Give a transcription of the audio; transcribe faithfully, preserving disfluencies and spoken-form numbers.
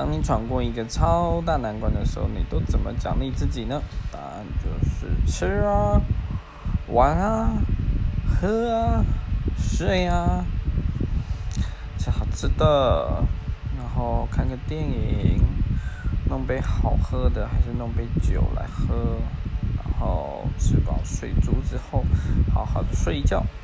当你闯过一个超大难关的时候，你都怎么奖励自己呢？答案就是吃啊、玩啊、喝啊、睡啊，吃好吃的，然后看个电影，弄杯好喝的，还是弄杯酒来喝，然后吃饱睡足之后，好好的睡一觉。